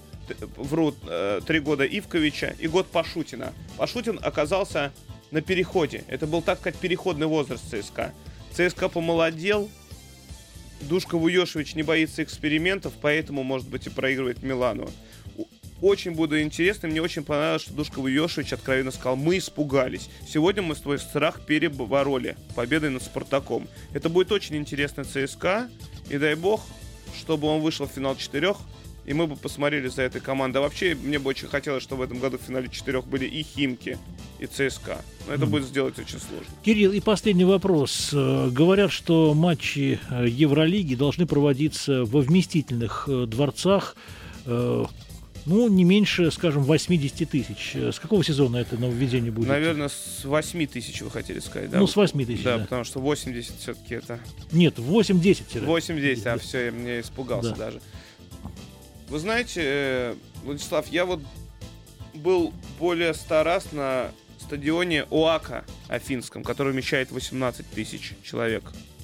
3 года Ивковича и год Пашутина. Пашутин оказался на переходе. Это был, так сказать, переходный возраст ЦСКА. ЦСКА помолодел. Душка Вуйошевич не боится экспериментов, поэтому, может быть, и проигрывает Милану. Очень буду интересно. Мне очень понравилось, что Душка Вуйошевич откровенно сказал: мы испугались. Сегодня мы свой страх перебороли победой над Спартаком. Это будет очень интересно ЦСКА. И дай бог, чтобы он вышел в финал 4, и мы бы посмотрели за этой командой. А вообще, мне бы очень хотелось, чтобы в этом году в финале 4 были и Химки, и ЦСКА. Но это будет сделать очень сложно. Кирилл, и последний вопрос. Говорят, что матчи Евролиги должны проводиться во вместительных дворцах, не меньше, скажем, 80 тысяч. С какого сезона это нововведение будет? Наверное, с 8 тысяч вы хотели сказать, да? С 8 тысяч, да. Потому что 80 все-таки это... Нет, 8-10. 8-10, все, я мне испугался даже. Вы знаете, Владислав, я вот был более 100 раз на стадионе ОАКа Афинском, который вмещает 18 тысяч человек.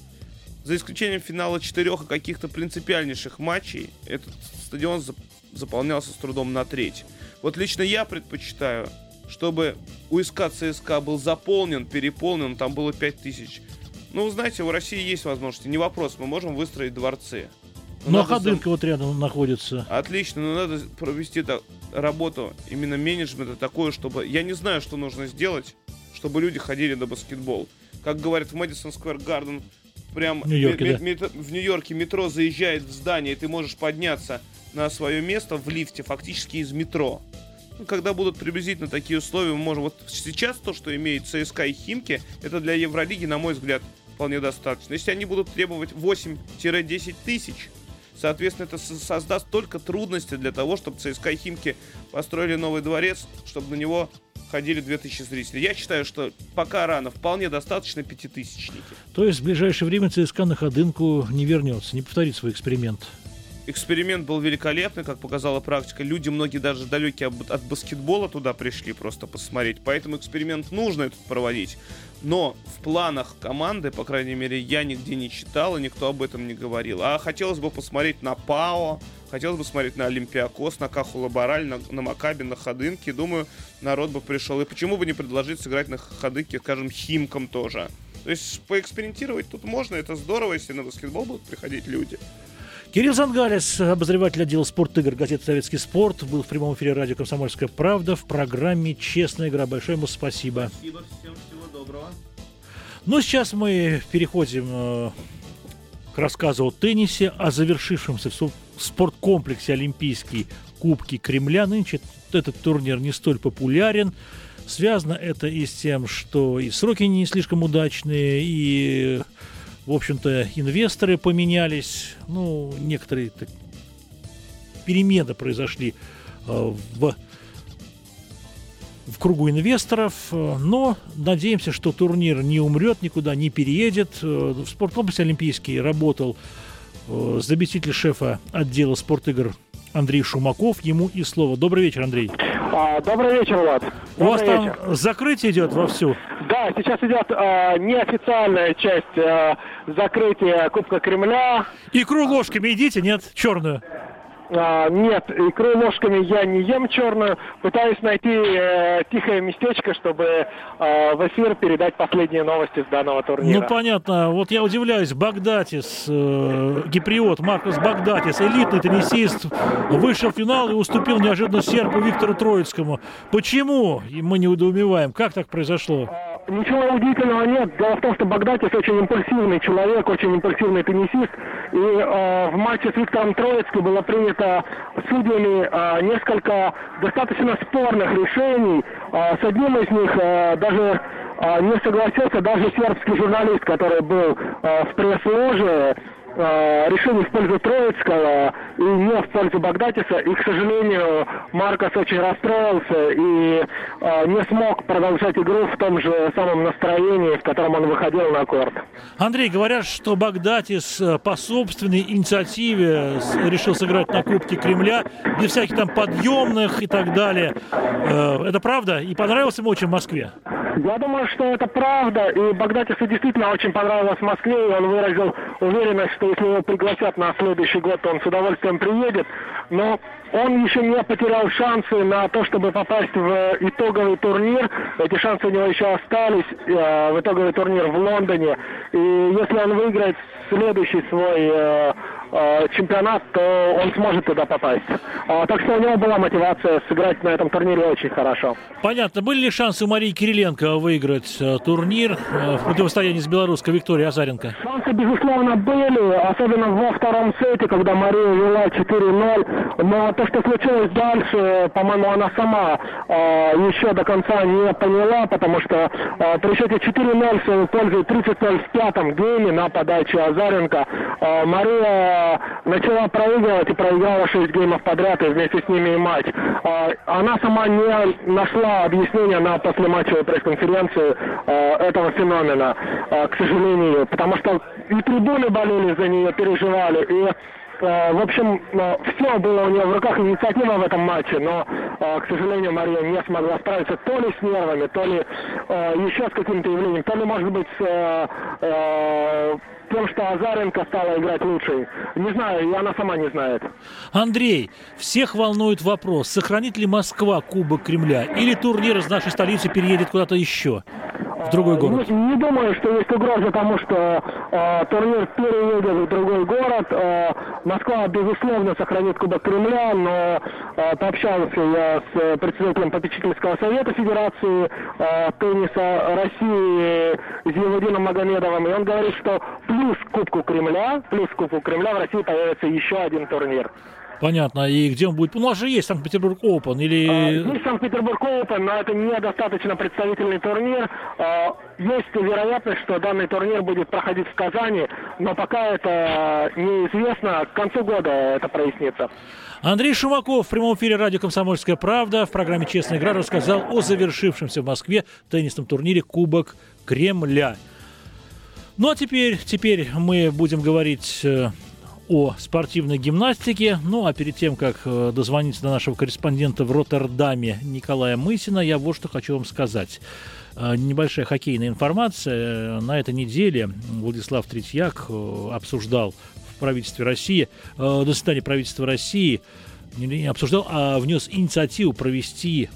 За исключением финала 4 и каких-то принципиальнейших матчей, этот стадион заполнялся с трудом на треть. Вот лично я предпочитаю, чтобы УСК ЦСКА был заполнен, переполнен, там было 5 тысяч. Вы знаете, в России есть возможности, не вопрос, мы можем выстроить дворцы. Ходынка вот рядом находится. Отлично, но надо провести работу именно менеджмента такую, чтобы... Я не знаю, что нужно сделать, чтобы люди ходили на баскетбол. Как говорят в Мэдисон Сквер Гарден, прям в Нью-Йорке метро заезжает в здание, и ты можешь подняться на свое место в лифте фактически из метро. Когда будут приблизительно такие условия, мы можем... Вот сейчас то, что имеет ЦСКА и Химки, это для Евролиги, на мой взгляд, вполне достаточно. Если они будут требовать 8-10 тысяч, соответственно, это создаст только трудности для того, чтобы ЦСКА и Химки построили новый дворец, чтобы на него ходили 2000 зрителей. Я считаю, что пока рано, вполне достаточно 5000-ники. То есть в ближайшее время ЦСКА на Ходынку не вернется, не повторит свой эксперимент? Эксперимент был великолепный, как показала практика. Люди, многие даже далекие от баскетбола, туда пришли просто посмотреть. Поэтому эксперимент нужно этот проводить. Но в планах команды, по крайней мере, я нигде не читал, и никто об этом не говорил. А хотелось бы посмотреть на ПАО, хотелось бы посмотреть на Олимпиакос, на Каху Лабораль, на Макаби, на Ходынке. Думаю, народ бы пришел. И почему бы не предложить сыграть на Ходынке, скажем, Химкам тоже. То есть поэкспериментировать тут можно, это здорово, если на баскетбол будут приходить люди. Кирилл Зангалис, обозреватель отдела спорт-игр газеты «Советский спорт», был в прямом эфире радио «Комсомольская правда» в программе «Честная игра». Большое ему спасибо. Спасибо, всем всего доброго. Сейчас мы переходим к рассказу о теннисе, о завершившемся в спорткомплексе «Олимпийский» Кубке Кремля. Нынче этот турнир не столь популярен. Связано это и с тем, что и сроки не слишком удачные, и... В общем-то, инвесторы поменялись, некоторые перемены произошли в кругу инвесторов, но надеемся, что турнир не умрет, никуда не переедет. В спорткомплексе «Олимпийский» работал заместитель шефа отдела спортигр Андрей Шумаков. Ему и слово. Добрый вечер, Андрей. Добрый вечер, Влад. У вас там закрытие идет вовсю? Да, сейчас идет неофициальная часть закрытия Кубка Кремля. Икру ложками едите, нет? Черную? Нет, икру ложками я не ем черную. Пытаюсь найти тихое местечко, чтобы в эфир передать последние новости с данного турнира. Понятно. Вот я удивляюсь. Багдатис, гиприот Маркос Багдатис, элитный теннисист, вышел в финал и уступил неожиданно сербу Виктору Троицкому. Почему? Мы не недоумеваем. Как так произошло? Ничего удивительного нет. Дело в том, что Багдатис очень импульсивный человек, очень импульсивный теннисист. И в матче с Виктором Троицким было принято судьями несколько достаточно спорных решений. С одним из них даже не согласился даже сербский журналист, который был в пресс-ложе. Решение в пользу Троицкого и не в пользу Багдатиса. И, к сожалению, Маркос очень расстроился и не смог продолжать игру в том же самом настроении, в котором он выходил на корт. Андрей, говорят, что Багдатис по собственной инициативе решил сыграть на Кубке Кремля, без всяких там подъемных и так далее. Это правда? И понравилось ему очень в Москве? Я думаю, что это правда. И Багдатису действительно очень понравилось в Москве. И он выразил уверенность, что если его пригласят на следующий год, то он с удовольствием удовольствием приедет, но он еще не потерял шансы на то, чтобы попасть в итоговый турнир. Эти шансы у него еще остались в итоговый турнир в Лондоне. И если он выиграет следующий свой чемпионат, то он сможет туда попасть. Так что у него была мотивация сыграть на этом турнире очень хорошо. Понятно. Были ли шансы у Марии Кириленко выиграть турнир в противостоянии с белорусской Викторией Азаренко? Шансы, безусловно, были, особенно во втором сете, когда Мария вела 4-0. Но то, что случилось дальше, по-моему, она сама еще до конца не поняла, потому что при счете 4-0 в свою пользу 30-0 в пятом гейме на подаче Азаренко Мария начала проигрывать и проиграла 6 геймов подряд, и вместе с ними и матч. Она сама не нашла объяснения на послематчевой пресс-конференции этого феномена, к сожалению, потому что и трибуны болели за нее, переживали, и в общем, все было у нее в руках, инициатива в этом матче, но, к сожалению, Мария не смогла справиться то ли с нервами, то ли еще с каким-то явлением, то ли, может быть, с тем, что Азаренко стала играть лучше. Не знаю, и она сама не знает. Андрей, всех волнует вопрос, сохранит ли Москва Кубок Кремля, или турнир из нашей столицы переедет куда-то еще? В другой город? Не думаю, что есть угроза, потому что турнир переедет в другой город. Москва, безусловно, сохранит Кубок Кремля, но пообщался я с председателем попечительского совета Федерации тенниса России Зиевудином Магомедовым, и он говорит, что плюс Кубку Кремля в России появится еще один турнир. Понятно. И где он будет? У нас же есть Санкт-Петербург Open или... Есть Санкт-Петербург Open, но это недостаточно представительный турнир. Есть вероятность, что данный турнир будет проходить в Казани, но пока это неизвестно. К концу года это прояснится. Андрей Шумаков в прямом эфире радио «Комсомольская правда» в программе «Честная игра» рассказал о завершившемся в Москве теннисном турнире «Кубок Кремля». Ну а теперь мы будем говорить о спортивной гимнастике. Ну, а перед тем, как дозвониться до нашего корреспондента в Роттердаме Николая Мысина, я вот что хочу вам сказать. Небольшая хоккейная информация. На этой неделе Владислав Третьяк обсуждал в правительстве России, на заседании правительства России, не обсуждал, а внес инициативу провести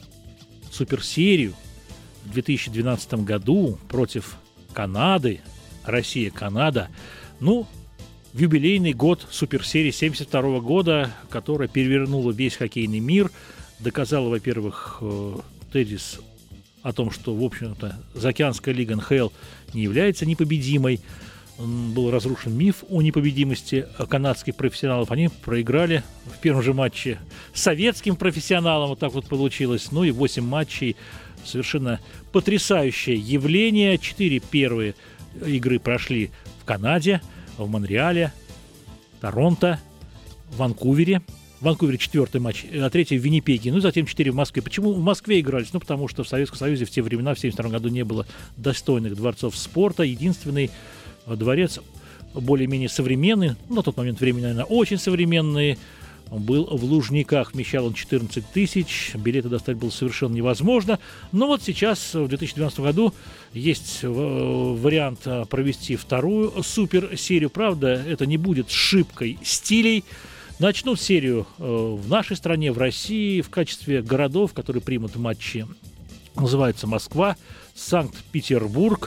суперсерию в 2012 году против Канады. Россия-Канада. Ну, в юбилейный год суперсерии 1972 года, которая перевернула весь хоккейный мир, доказала, во-первых, тезис о том, что, в общем-то, заокеанская лига НХЛ не является непобедимой. Был разрушен миф о непобедимости канадских профессионалов. Они проиграли в первом же матче советским профессионалам. Вот так вот получилось. Ну и 8 матчей. Совершенно потрясающее явление. 4 первые игры прошли в Канаде, в Монреале, Торонто, Ванкувере. В Ванкувере 4-й матч, а 3-й в Виннипеге, ну и затем 4 в Москве. Почему в Москве игрались? Ну, потому что в Советском Союзе в те времена, в 1972 году, не было достойных дворцов спорта. Единственный дворец более-менее современный, на тот момент времени, наверное, очень современный, был в Лужниках, вмещал он 14 тысяч, билеты достать было совершенно невозможно. Но вот сейчас, в 2012 году, есть вариант провести вторую суперсерию. Правда, это не будет шибкой стилей. Начнут серию в нашей стране, в России, в качестве городов, которые примут матчи. Называется Москва, Санкт-Петербург,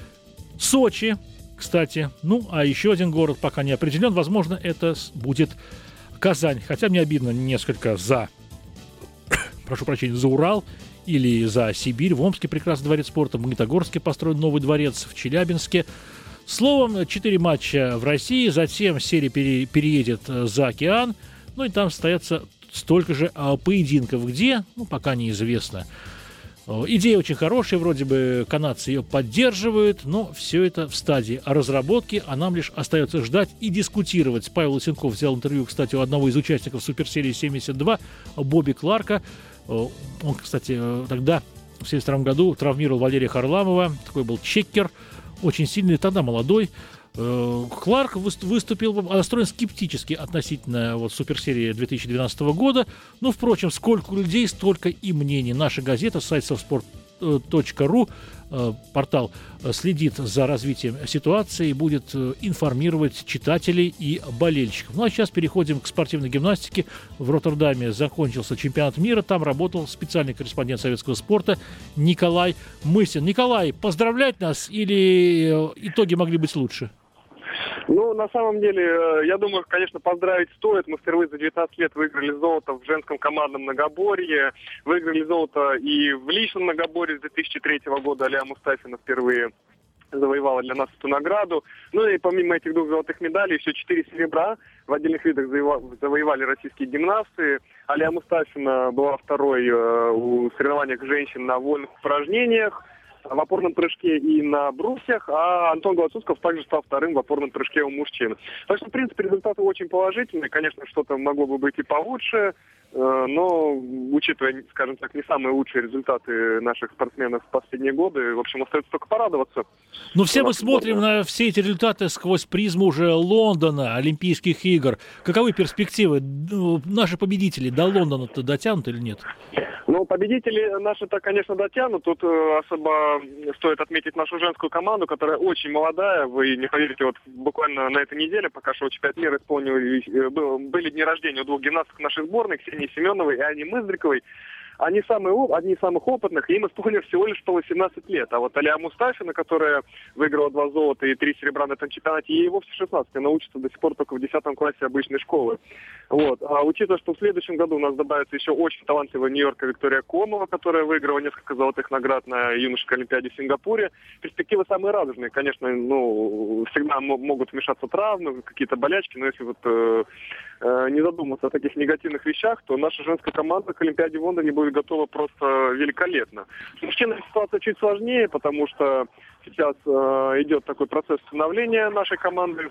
Сочи, кстати. Ну, а еще один город пока не определен. Возможно, это будет Казань. Хотя мне обидно несколько за Урал или за Сибирь. В Омске прекрасный дворец спорта, в Магнитогорске построен новый дворец, в Челябинске. Словом, 4 матча в России, затем серия переедет за океан, ну и там состоятся столько же поединков. Где? Ну, пока неизвестно. Идея очень хорошая, вроде бы канадцы ее поддерживают, но все это в стадии разработки, а нам лишь остается ждать и дискутировать. Павел Лысенков взял интервью, кстати, у одного из участников суперсерии 72, Бобби Кларка. Он, кстати, тогда, в 1972 году, травмировал Валерия Харламова, такой был чекер, очень сильный, тогда молодой. Кларк выступил, настроен скептически относительно суперсерии 2012 года. Но, впрочем, сколько людей, столько и мнений. Наша газета, сайт sportsport.ru портал следит за развитием ситуации и будет информировать читателей и болельщиков. Ну а сейчас переходим к спортивной гимнастике. В Роттердаме закончился чемпионат мира. Там работал специальный корреспондент советского спорта Николай Мысин. Николай, поздравлять нас или итоги могли быть лучше? Ну, на самом деле, я думаю, конечно, поздравить стоит. Мы впервые за 19 лет выиграли золото в женском командном многоборье. Выиграли золото и в личном многоборье с 2003 года. Алия Мустафина впервые завоевала для нас эту награду. Ну и помимо этих 2 золотых медалей, еще 4 серебра в отдельных видах завоевали российские гимнасты. Алия Мустафина была второй в соревнованиях женщин на вольных упражнениях, в опорном прыжке и на брусьях, а Антон Голоцусков также стал вторым в опорном прыжке у мужчин. Так что, в принципе, результаты очень положительные. Конечно, что-то могло бы быть и получше, но, учитывая, скажем так, не самые лучшие результаты наших спортсменов в последние годы, в общем, остается только порадоваться. Но все мы смотрим на все эти результаты сквозь призму уже Лондона, Олимпийских игр. Каковы перспективы? Наши победители до Лондона-то дотянут или нет? Ну, победители наши-то, конечно, дотянут. Тут особо стоит отметить нашу женскую команду, которая очень молодая. Вы не поверите, вот буквально на этой неделе, пока шел чемпионат мира, были дни рождения у 2 гимнасток нашей сборной, Ксении Семеновой и Ани Мыздриковой. Они одни из самых опытных, и им исполнилось всего лишь по 18 лет. А вот Алия Мустафина, которая выиграла 2 золота и 3 серебра на этом чемпионате, ей вовсе 16, она учится до сих пор только в 10 классе обычной школы. Вот. А учитывая, что в следующем году у нас добавится еще очень талантливая нью-йоркская Виктория Комова, которая выиграла несколько золотых наград на юношеской олимпиаде в Сингапуре, перспективы самые радужные. Конечно, всегда могут вмешаться травмы, какие-то болячки, но если не задуматься о таких негативных вещах, то наша женская команда к Олимпиаде в Лондоне будет готова просто великолепно. С мужчинами ситуация чуть сложнее, потому что сейчас идет такой процесс становления нашей команды,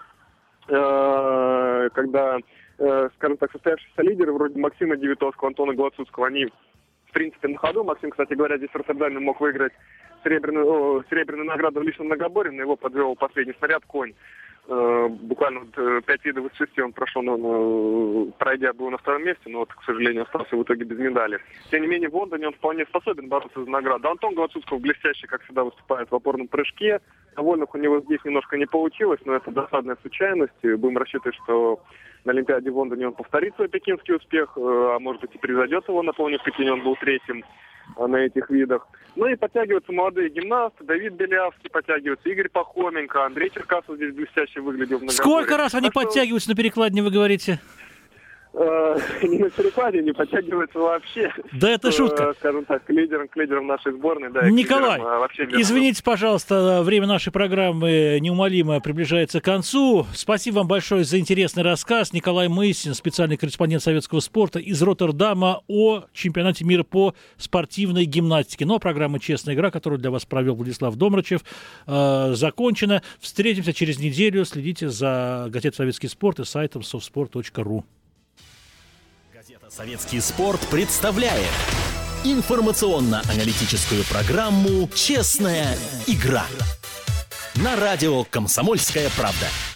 когда, скажем так, состоявшиеся лидеры вроде Максима Девятовского, Антона Голоцуского, они в принципе на ходу. Максим, кстати говоря, здесь в Роттердаме мог выиграть серебряную награду в личном многоборье, но его подвел последний снаряд конь. Буквально 5 видов из 6 он прошел, пройдя был на 2-м месте, но, к сожалению, остался в итоге без медали. Тем не менее, в Лондоне он вполне способен бороться за награду. Антон Голоцусков блестяще, как всегда, выступает в опорном прыжке. На вольных у него здесь немножко не получилось, но это досадная случайность. Будем рассчитывать, что на Олимпиаде в Лондоне он повторит свой пекинский успех, а может быть и превзойдет его. Напомню, в Пекине он был 3-м на этих видах. Ну и подтягиваются молодые гимнасты. Давид Белявский подтягивается, Игорь Пахоменко, Андрей Черкасов здесь блестяще выглядел в многоборье. Сколько раз они подтягиваются на перекладине, вы говорите? Не на перекладе, не подтягивается вообще. Да это шутка. Скажем так, к лидерам нашей сборной. Да, Николай, извините, пожалуйста, время нашей программы неумолимо приближается к концу. Спасибо вам большое за интересный рассказ. Николай Мысин, специальный корреспондент советского спорта из Роттердама о чемпионате мира по спортивной гимнастике. Ну а программа «Честная игра», которую для вас провел Владислав Домрачев, закончена. Встретимся через неделю. Следите за газетой «Советский спорт» и сайтом softsport.ru. «Советский спорт» представляет информационно-аналитическую программу «Честная игра» на радио «Комсомольская правда».